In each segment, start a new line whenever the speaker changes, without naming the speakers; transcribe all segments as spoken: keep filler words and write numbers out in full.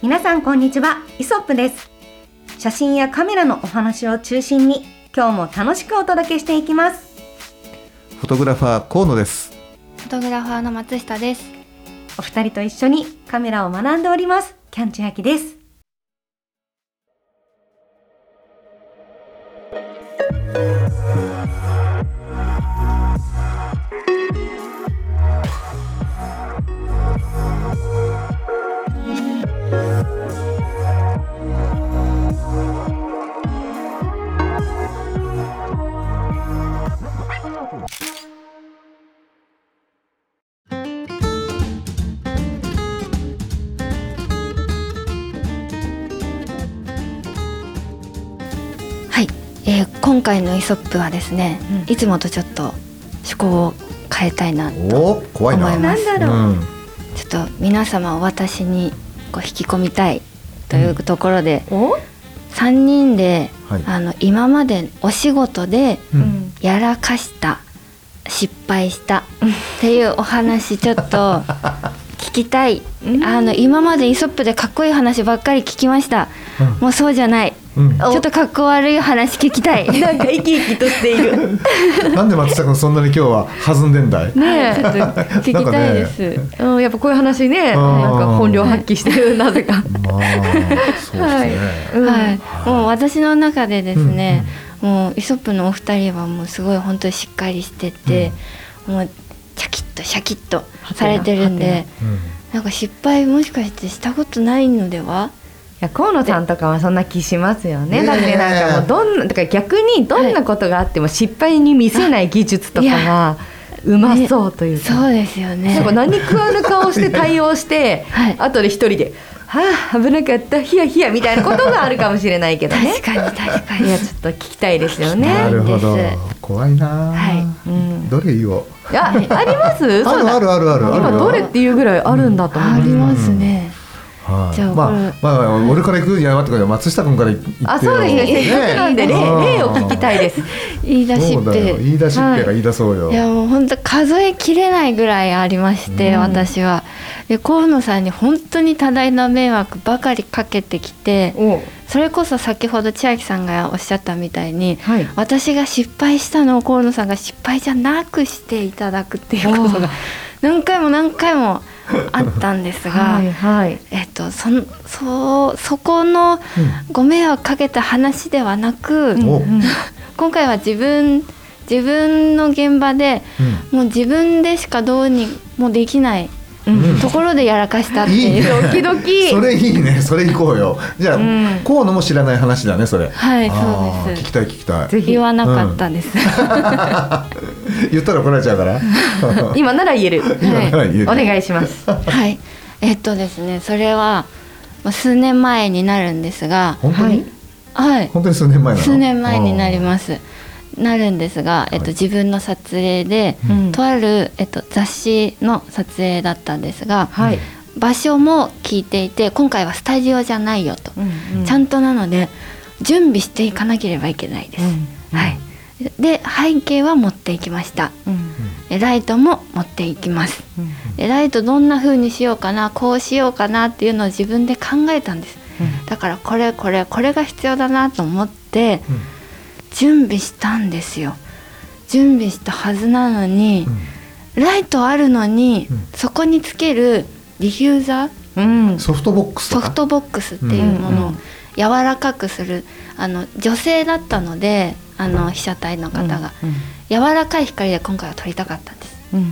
皆さんこんにちは、イソップです。写真やカメラのお話を中心に今日も楽しくお届けしていきます。
フォトグラファー河野です。
フォトグラファーの松下です。
お二人と一緒にカメラを学んでおりますキャン千秋です。
えー、今回のイソップはですね、うん、いつもとちょっと趣向を変えたいなと思います。
怖いな。
なんだろう、うん、
ちょっと皆様を私にこう引き込みたいというところで、うん、さんにんで、はい、あの今までお仕事でやらかした、うん、失敗したっていうお話ちょっと聞きたい、うん、あの今までイソップでかっこいい話ばっかり聞きました、うん、もうそうじゃない、うん、ちょっとかっこ悪い話聞きたい。
なんか生き生きとしている。
なんで松下君そんなに今日は弾んでんだい。
ねえ、ちょっと聞きたいです。
ね、うん、やっぱこういう話ね、なんか本領発揮してる、なぜか。
まあ、そうですね。はい、
はい、もう私の中でですね、うんうん、もうイソップのお二人はもうすごい本当にしっかりしてて、うん、もうチャキッとシャキッとされてるんで、うん、なんか失敗もしかしてしたことないのでは。
いや河野さんとかはそんな気しますよね。だってなんかもうどんなだから逆にどんなことがあっても失敗に見せない技術とかがうまそうというか、
ね、そうですよね。
なんか何食わぬ顔して対応してはい、後で一人ではあ危なかったヒヤヒヤみたいなことがあるかもしれないけどね。
確かに確かに。
いやちょっと聞きたいですよね。
なるほど。怖いな、
はい、
うん、
どれ言おう。
いやあります。
あるあるあるある。
今どれっていうぐらいあるんだと思います。
ありますね。
はい、じゃあまあ、まあ、俺から行くじゃなくて松下君から言ってよ。
あ、そうですね。せっかくなんで例を聞きたいです。
言い出しっぺ。
言い出しっぺが言い出そうよ。
はい、いやもう本当数えきれないぐらいありまして、うん、私はで河野さんに本当に多大な迷惑ばかりかけてきて、それこそ先ほど千秋さんがおっしゃったみたいに、はい、私が失敗したのを河野さんが失敗じゃなくしていただくっていうことが何回も何回もあったんですがはい、はい、えっと、そ, そ, そこのご迷惑かけた話ではなく、うんうん、今回は自分自分の現場で、うん、もう自分でしかどうにもできない、うん、ところでやらかしたっていう、いいね、
ドキドキ。
それいいね、それ行こうよ。じゃあ、うん、河野も知らない話だねそれ。
はい、そうです。
聞きたい聞きたい。
ぜひ言わなかったです、うん、
言ったら怒られちゃうから
今なら言える、はい、お願いします。
はい、えっとですね、それは数年前になるんですが、
本当に、
はい、
本当に数年前なの。
数年前になりますなるんですが、えっと、自分の撮影で、うん、とある、えっと、雑誌の撮影だったんですが、はい、場所も聞いていて、今回はスタジオじゃないよと、うんうん、ちゃんとなので準備していかなければいけないです、うんうん、はい、で背景は持っていきました、うん、ライトも持っていきます、うん、でライトどんな風にしようかな、こうしようかなっていうのを自分で考えたんです、うん、だからこれこれこれが必要だなと思って、うん、準備したんですよ。準備したはずなのに、うん、ライトあるのに、うん、そこにつけるディフューザー、うん、
ソフトボックスとか
ソフトボックスっていうものを柔らかくする、あの女性だったので、あの被写体の方が、うんうん、柔らかい光で今回は撮りたかったんです、うんうん、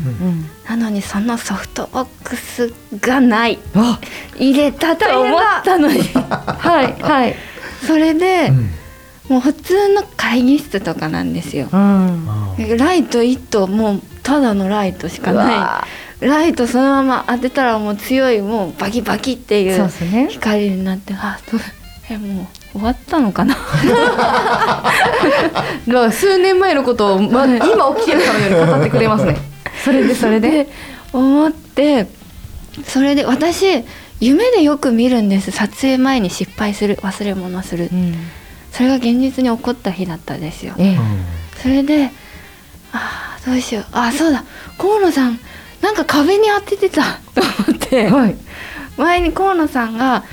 なのにそのソフトボックスがない、入れたと思ったのにはいはい、それで、うん、もう普通の会議室とかなんですよ、うん、ライトいっとう、もうただのライトしかない、ライトそのまま当てたらもう強い、もうバキバキっていう光になって、あ、えもう終わったのかな
数年前のことを、ま、今起きてるかのように語ってくれますね。それでそれで
思って、それで私夢でよく見るんです。撮影前に失敗する、忘れ物する、うん、それが現実に起こった日だったんですよ、ええ、それであどうしよう、あそうだ、河野さんなんか壁に当ててたと思って、はい、前に河野さんが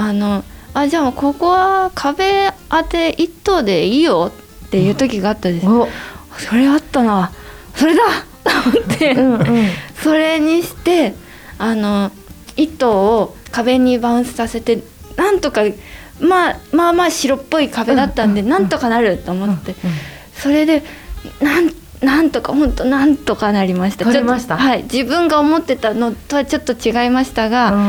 あのあじゃあもうここは壁当て一頭でいいよっていう時があったんです、うん、それあったなそれだと思ってうん、うん、それにしてあの一頭を壁にバウンスさせてなんとか、まあ、まあまあ白っぽい壁だったんで、うんうん、なんとかなると思って、うんうん、それでなんなんとか本当なんとかなりました。
取れました。
はい、自分が思ってたのとはちょっと違いましたが、うん、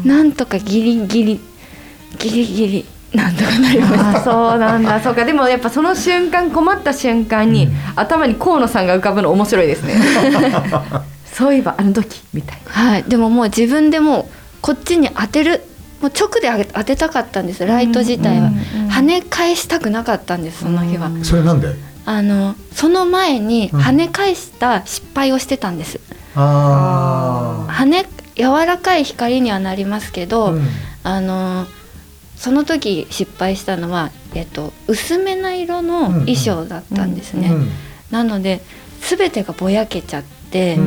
なんとかギリギリギリギリなんとかなりました。
あそうなんだそうか。でもやっぱその瞬間困った瞬間に、うん、頭に河野さんが浮かぶの面白いですねそういえばあの時みたいな。
はい、でももう自分でもうこっちに当てるもう直で当てたかったんです。ライト自体は、うんうん、跳ね返したくなかったんですその日は、
うん、それなんで
あのその前に跳ね返した失敗をしてたんです、うん、
あ
跳ね柔らかい光にはなりますけど、うん、あのその時失敗したのは、えっと、薄めな色の衣装だったんですね、うんうん、なので全てがぼやけちゃって、うん、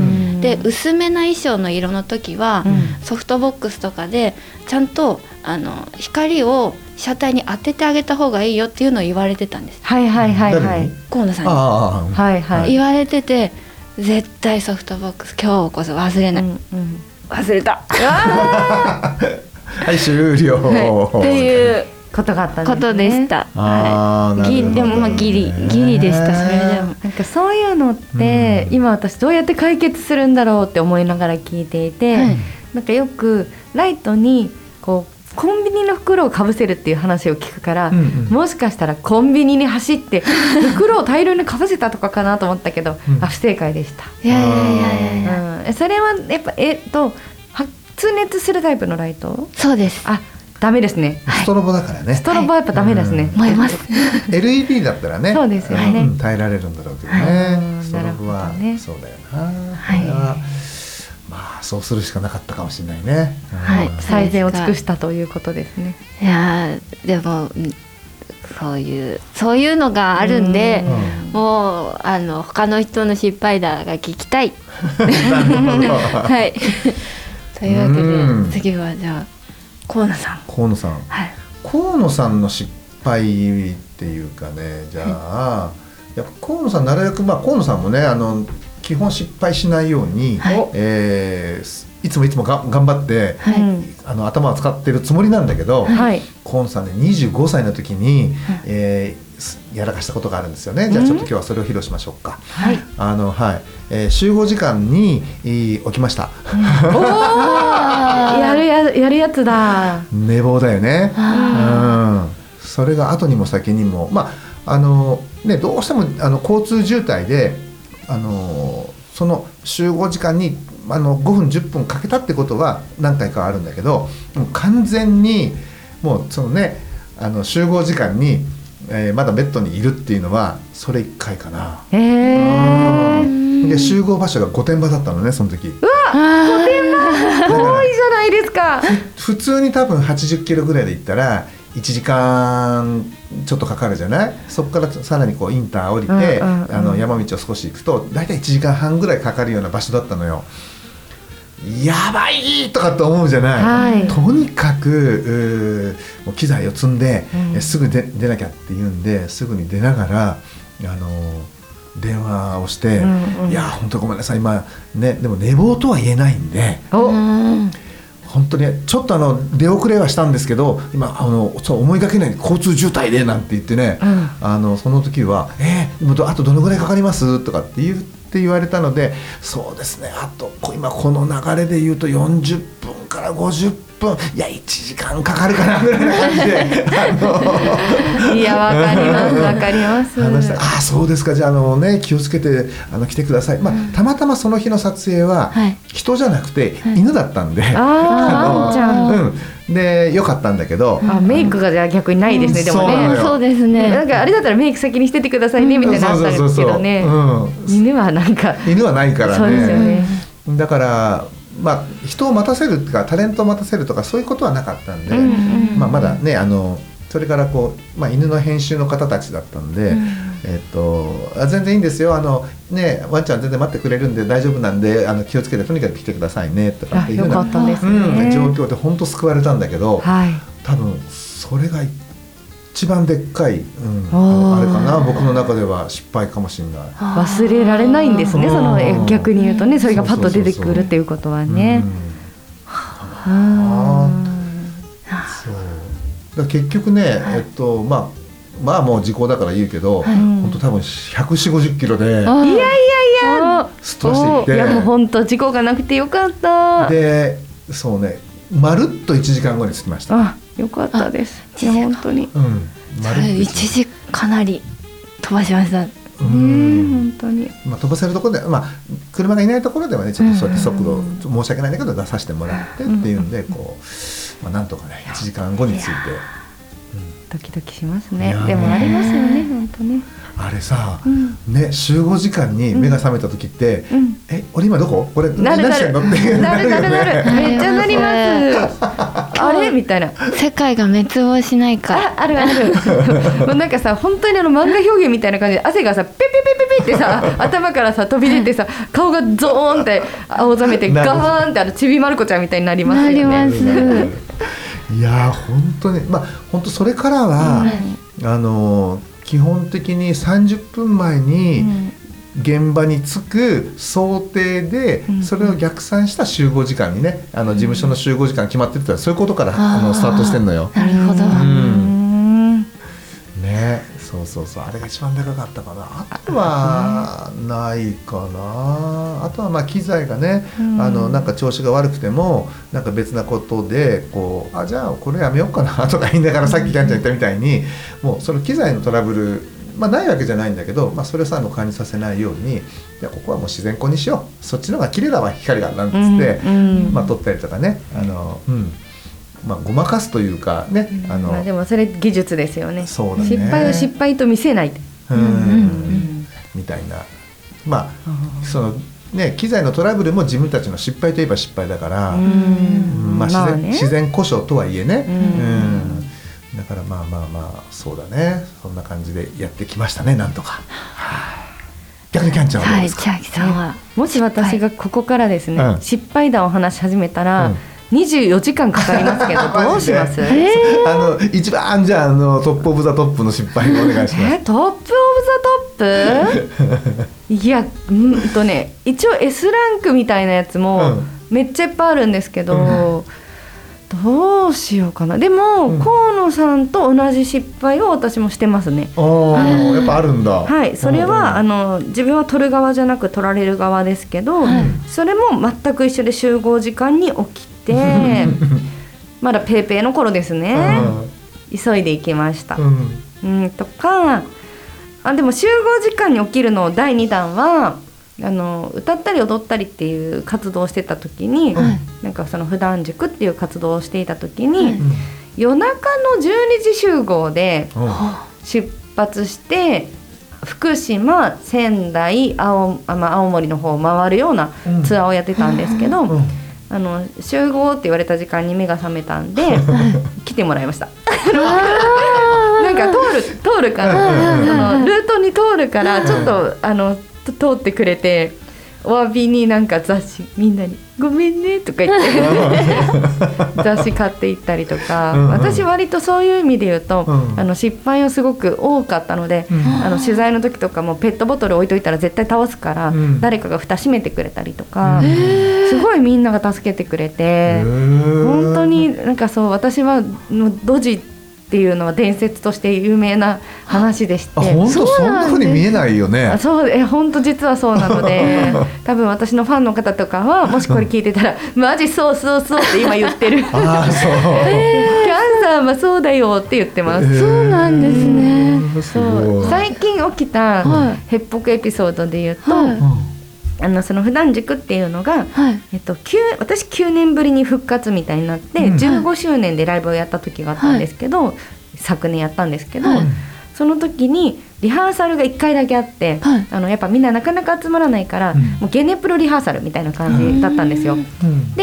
で薄めな衣装の色の時は、うん、ソフトボックスとかでちゃんとあの光を車体に当ててあげた方がいいよっていうのを言われてたんです。
はいはいはいはい
河野さんに
はいはい、
言われてて絶対ソフトボックス今日こそ忘れない、うんうん、忘れた
はい終了、
はい、っていう
ことがあったんですね。
ことでした。
あ、
はい、でもまあギリギリでした。それでも
なんかそういうのって、うん、今私どうやって解決するんだろうって思いながら聞いていて、はい、なんかよくライトにこうコンビニの袋をかぶせるっていう話を聞くから、うんうん、もしかしたらコンビニに走って袋を大量にかぶせたとかかなと思ったけど、うん、あ不正解でした。
いやいやいやいや、
うん、それはやっぱえっと発熱するタイプのライト？
そうです。
あダメですね。
ストロボだからね。
ストロボはやっぱダメですね。
はい、思います。
エルイーディー だったらね。
そうですよね。
うん、耐えられるんだろうけどね。はい、ストロボは、ね、そうだよな。はい。まあそうするしかなかったかもしれないね。
はい。最善を尽くしたということですね。
いやでもそういうそういうのがあるんで、うん、もうあの他の人の失敗談が聞きたい。はい。というわけで、うん、次はじゃあ。河野さん
河野さん、はい、河野さんの失敗っていうかねじゃあ、はい、やっぱ河野さんなるべく、まあ、河野さんもねあの基本失敗しないように、はいえー、いつもいつもが頑張って、はい、あの頭を使ってるつもりなんだけど、はい、河野さんねにじゅうごさいの時に、はいえーやらかしたことがあるんですよね。じゃあちょっと今日はそれを披露しましょうか。はい、あのはいえー、集合時間に、えー、起きました。
おやるややるやつだ。
寝坊だよね。うん。それが後にも先にもまああのねどうしてもあの交通渋滞であのその集合時間にあのごふんじゅっぷんかけたってことは何回かあるんだけど、もう完全にもうそのねあの集合時間にえー、まだベッドにいるっていうのはそれいっかいかな。へー。で集合場所が御殿場だったのねその時。う
わ御殿場遠いじゃないですか。
普通に多分はちじゅっキロぐらいで行ったらいちじかんちょっとかかるじゃない。そこからさらにこうインター降りて、うんうんうん、あの山道を少し行くとだいたいいちじかんはんぐらいかかるような場所だったのよ。やばいとかって思うじゃない、はい、とにかくもう機材を積んで、うん、すぐ出なきゃっていうんですぐに出ながらあの電話をして、うんうん、いや本当ごめんなさい今ねでも寝坊とは言えないんで、うん、本当にちょっとあの出遅れはしたんですけど今あのそう思いがけない交通渋滞でなんて言ってね、うん、あのその時はえー、あとどのぐらいかかりますとかって言うって言われたのでそうですねあと今この流れで言うとよんじゅっぷんからごじゅっぷんいやいちじかんかかるかなぐらいな感じであの
いやわかりますわかります
話したあそうですかじゃあ、あの、ね、気をつけてあの来てください、まあ、たまたまその日の撮影は人じゃなくて犬だったんで、はい、あ
ワンちゃん、
うんでよかったんだけど
あメイクがじゃあ逆にないですね、うん、でもね
そうですね
なんかあれだったらメイク先にしててくださいね、うん、みたいになったんですけどね犬はなんか
犬はないからね
そうですよね
だからまあ人を待たせるとかタレントを待たせるとかそういうことはなかったんで、うんうんまあ、まだねあのそれからこう、まあ、犬の編集の方たちだったんで、うんえっと、あ全然いいんですよ、あの、ね、ワンちゃん全然待ってくれるんで大丈夫なんで、あの気をつけてとにかく来てくださいねとかっていうような、
よかったですね、
うん、状況で本当救われたんだけど、
はい、
多分それが一番でっかい、うん、あれかな、僕の中では失敗かもしれない。
忘れられないんですね、その逆に言うとね、それがパッと出てくるっていうことはね。
そうだ結局ね、えっとまあまあもう時効だから言うけど、はい、本当多分ひゃくよんじゅう、ごじゅっキロでいやいやいやすっ飛ばしていって、
いやもう本当事故がなくてよかった。
でそうね、まるっといちじかんごに着きました。
あ、よかったです。いや本当に、
うん、
まるっといちじかなり飛ばしました。
うん、
本当に、
まあ、飛ばせるところで、まあ、車がいないところではねちょっとそうやって速度、申し訳ないんだけど出させてもらってっていうんで、こう、まあ、なんとかねいちじかんごに着いて、
ドキドキしますね。でもありますよね、本当ね。
あれさ、うん、ね、集合時間に目が覚めた時って、うん、え、俺今どこ？これ何してんのって
なるなるなる、めっちゃなります。あれみたいな。
世界が滅亡しないか。
あ、あるある。もうなんかさ、本当にあの漫画表現みたいな感じで汗がさ、ペペペペペってさ、頭からさ飛び出てさ、顔がゾーンって青ざめてガーンってあのちびまる子ちゃんみたいになりますよね。
なります。
いや本当に、まあ本当それからは、うん、あの基本的にさんじゅっぷんまえに現場に着く想定で、うん、それを逆算した集合時間にね、あの事務所の集合時間決まってるってそういうことから、うん、あのスタートしてんのよ。
なるほど、うん、
ね、そうそうそう、あれが一番でかかったかな。あとはないかな。あとはまあ機材がね、うん、あのなんか調子が悪くてもなんか別なことでこう、あ、じゃあこれやめようかなとか言いながら、さっきキャンちゃん言ったみたいに、もうその機材のトラブル、まあ、ないわけじゃないんだけど、まあ、それさも感じさせないように、いやここはもう自然光にしよう、そっちの方が綺麗だわ光がなんつって、うんうん、まあ、撮ったりとかね、あの、うん、まあ、ごまかすというかね、
うん、
あの、
まあ、でもそれ技術ですよね。
そうだね、
失敗を失敗と見せない、
うんうんうん、みたいな、まあそのね、機材のトラブルも自分たちの失敗といえば失敗だから、うん、まあ、自然、まあね、自然故障とはいえね、うんうん、だからまあまあまあそうだね、そんな感じでやってきましたね、なんとか。逆にキャンちゃんはどうですか？
はい、千秋さんは
もし私がここからですね、うん、失敗談を話し始めたら、うん、にじゅうよじかんかかりますけどどうします？え
ー、あの一番じゃあ、あのトップオブザトップの失敗をお願いします。
えー、トップオブザトップいや、うんとね、一応 エス ランクみたいなやつもめっちゃいっぱいあるんですけど、うん、どうしようかな。でも、うん、河野さんと同じ失敗を私もしてますね。
あー、やっぱあるんだ。
はい、それはあの自分は取る側じゃなく取られる側ですけど、はい、それも全く一緒で集合時間に起きてまだペーペーの頃ですね、急いで行きました、うん、うんとか、あ、でも集合時間に起きるのだいにだんはあの歌ったり踊ったりっていう活動をしてた時に、うん、なんかその普段塾っていう活動をしていた時に、うん、夜中のじゅうにじ集合で出発して福島、仙台、青、あ、まあ、青森の方を回るようなツアーをやってたんですけど、うんうん、あの集合って言われた時間に目が覚めたんで来てもらいましたなんか通る通るからそのルートに通るからちょっとあの通ってくれて、お詫びになんか雑誌みんなにごめんねとか言って雑誌買っていったりとか、うんうん、私割とそういう意味で言うと、うん、あの失敗がすごく多かったので、うん、あの取材の時とかもペットボトル置いといたら絶対倒すから、うん、誰かが蓋閉めてくれたりとか、うん、すごいみんなが助けてくれて、本当になんかそう、私はドジっていうのは伝説として有名な話でして、
本当そんな風に見えないよね。
そうえ本当実はそうなので多分私のファンの方とかはもしこれ聞いてたらマジそうそうそうって今言ってる
あそう、
えー、キャンさんはそうだよって言ってます、
えー、そうなんですね。
そう最近起きたヘッポクエピソードで言うと、はい、あのその普段塾っていうのが、はいえっと、私きゅうねんぶりに復活みたいになって、うん、じゅうごしゅうねんでライブをやった時があったんですけど、はい、昨年やったんですけど、はい、その時にリハーサルがいっかいだけあって、はい、あのやっぱみんななかなか集まらないから、うん、もうゲネプロリハーサルみたいな感じだったんですよ、うん、で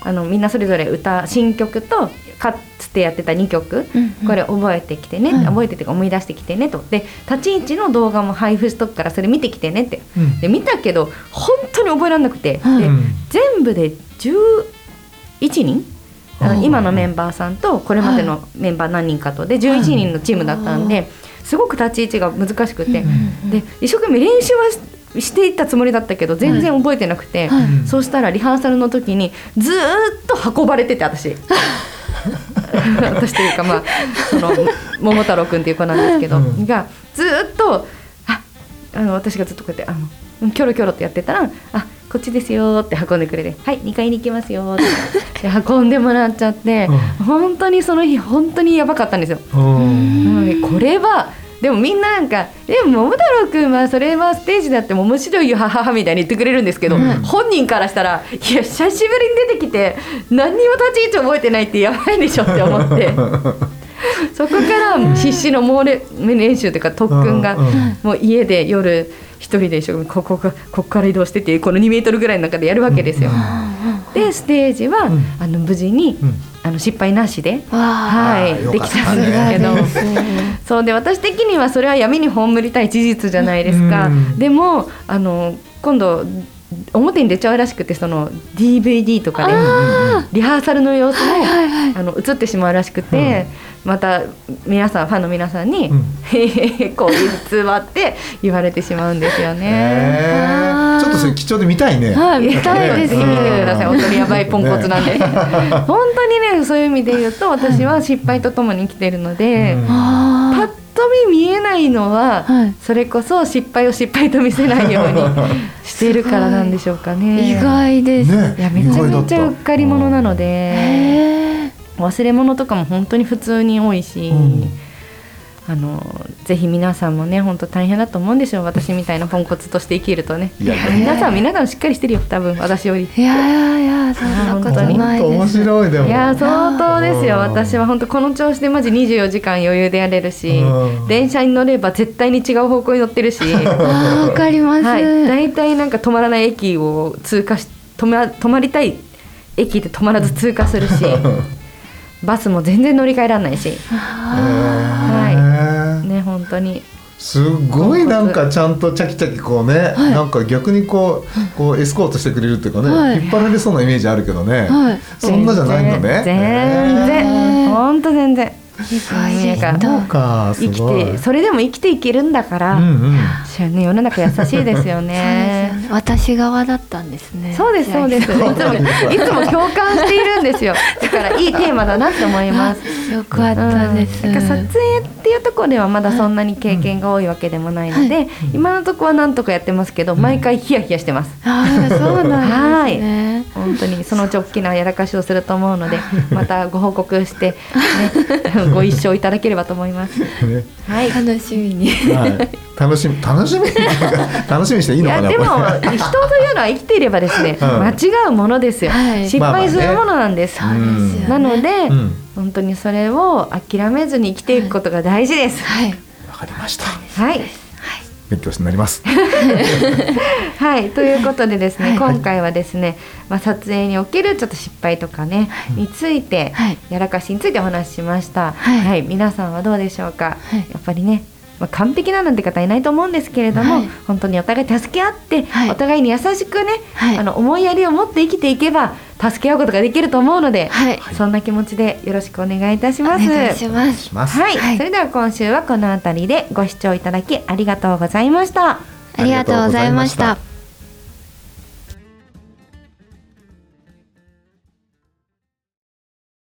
あのみんなそれぞれ歌新曲とかつてやってたにきょく、うんうん、これ覚えてきてね、はい、覚えてて思い出してきてねとで立ち位置の動画も配布しとくからそれ見てきてねって、うん、で見たけど本当に覚えられなくて、はい、で全部でじゅういちにん、うん、今のメンバーさんとこれまでのメンバー何人かとでじゅういちにんのチームだったんで、はい、すごく立ち位置が難しくて、うん、で一生懸命練習はしていったつもりだったけど全然覚えてなくて、はいはい、そうしたらリハーサルの時にずーっと運ばれてて私私というかまあその桃太郎くんっていう子なんですけど、うん、がずーっと あ, あの私がずっとこうやってあのキョロキョロってやってたらあこっちですよって運んでくれてはいにかいに行きますよって運んでもらっちゃって、うん、本当にその日本当にやばかったんですよ、うん、これはでもみんななんかでも桃太郎くんはそれはステージだっても面白いよはははみたいに言ってくれるんですけど、うん、本人からしたらいや久しぶりに出てきて何にも立ち位置覚えてないってやばいでしょって思ってそこから必死の猛練習というか特訓がもう家で夜一人で一生懸命ここかここから移動しててこのにメートルぐらいの中でやるわけですよ、うん、でステージは、うん、あの無事に、うん、あの失敗なしで、はい、できたんですけどそうで私的にはそれは闇に葬りたい事実じゃないですか、うん、でもあの今度表に出ちゃうらしくてその ディーブイディー とかでリハーサルの様子も、はいはいはい、あの映ってしまうらしくて、うん、また皆さんファンの皆さんに、うん、こう偽って言われてしまうんですよね。
ちょっとそれ貴重で見たいね、
はい、見たいです。ぜひ見てください。本当にやばいポンコツなんで、ね、本当にねそういう意味で言うと私は失敗とともに生きてるので、うん、パッと見見えないのは、はい、それこそ失敗を失敗と見せないようにしているからなんでしょうかね。
意外です、
ね、いやめちゃめちゃうっかり者なので忘れ物とかも本当に普通に多いし、うん、あのぜひ皆さんもね本当大変だと思うんですよ。私みたいなポンコツとして生きるとね。いや皆さん皆さんしっかりしてるよ多分私より。
いやいやいやそんなことないです。
面白いでも。
いや相当ですよ。私は本当この調子でマジにじゅうよじかん余裕でやれるし、電車に乗れば絶対に違う方向に乗ってるし。
あわかります。はい。
大体なんか止まらない駅を通過し止ま止まりたい駅で止まらず通過するし。バスも全然乗り換えられないし、はいね本当に
すごいなんかちゃんとチャキチャキこうね、はい、なんか逆にこうこうエスコートしてくれるっていうかね、はい、引っ張られそうなイメージあるけどね、はい、そんなじゃないのね。
全然本当全然。
そうかすごい。
生きてそれでも生きていけるんだから、うんうんね、世の中優しいですよね。
そうですよね。私側だったんですね。
そうですそうです。いつもいつも共感しているんですよ。だからいいテーマだなって思います。
よかったです。
うん、なんか撮影っていうところではまだそんなに経験が多いわけでもないので、はい、今のところはなんとかやってますけど、毎回ヒヤヒヤしてます。
ああそうなんですね。
はい、本当にその直帰なやらかしをすると思うので、またご報告して、ね、ご一緒いただければと思います。ね、
はい、楽しみに。
はい、楽しみ楽しみ楽しみにしていいのかな。
いやでも人というのは生きていればですね、うん、間違うものですよ。はい、失敗するものなんです。まあまあね、なので、うん、本当にそれを諦めずに生きていくことが大事です。
はい。わかりました。
はい。
勉強になります。
はい、ということでですね、はい、今回はですね、まあ、撮影におけるちょっと失敗とかね、はい、について、はい、やらかしについてお話ししました。はい、はい、皆さんはどうでしょうか。はい、やっぱりね、まあ、完璧ななんて方いないと思うんですけれども、はい、本当にお互い助け合って、はい、お互いに優しくね、はい、あの思いやりを持って生きていけば助け合うことができると思うので、はい、そんな気持ちでよろしくお願いいたします。
お願いします。
はい、はい、それでは今週はこのあたりでご視聴いただきありがとうございました。
ありがとうございました。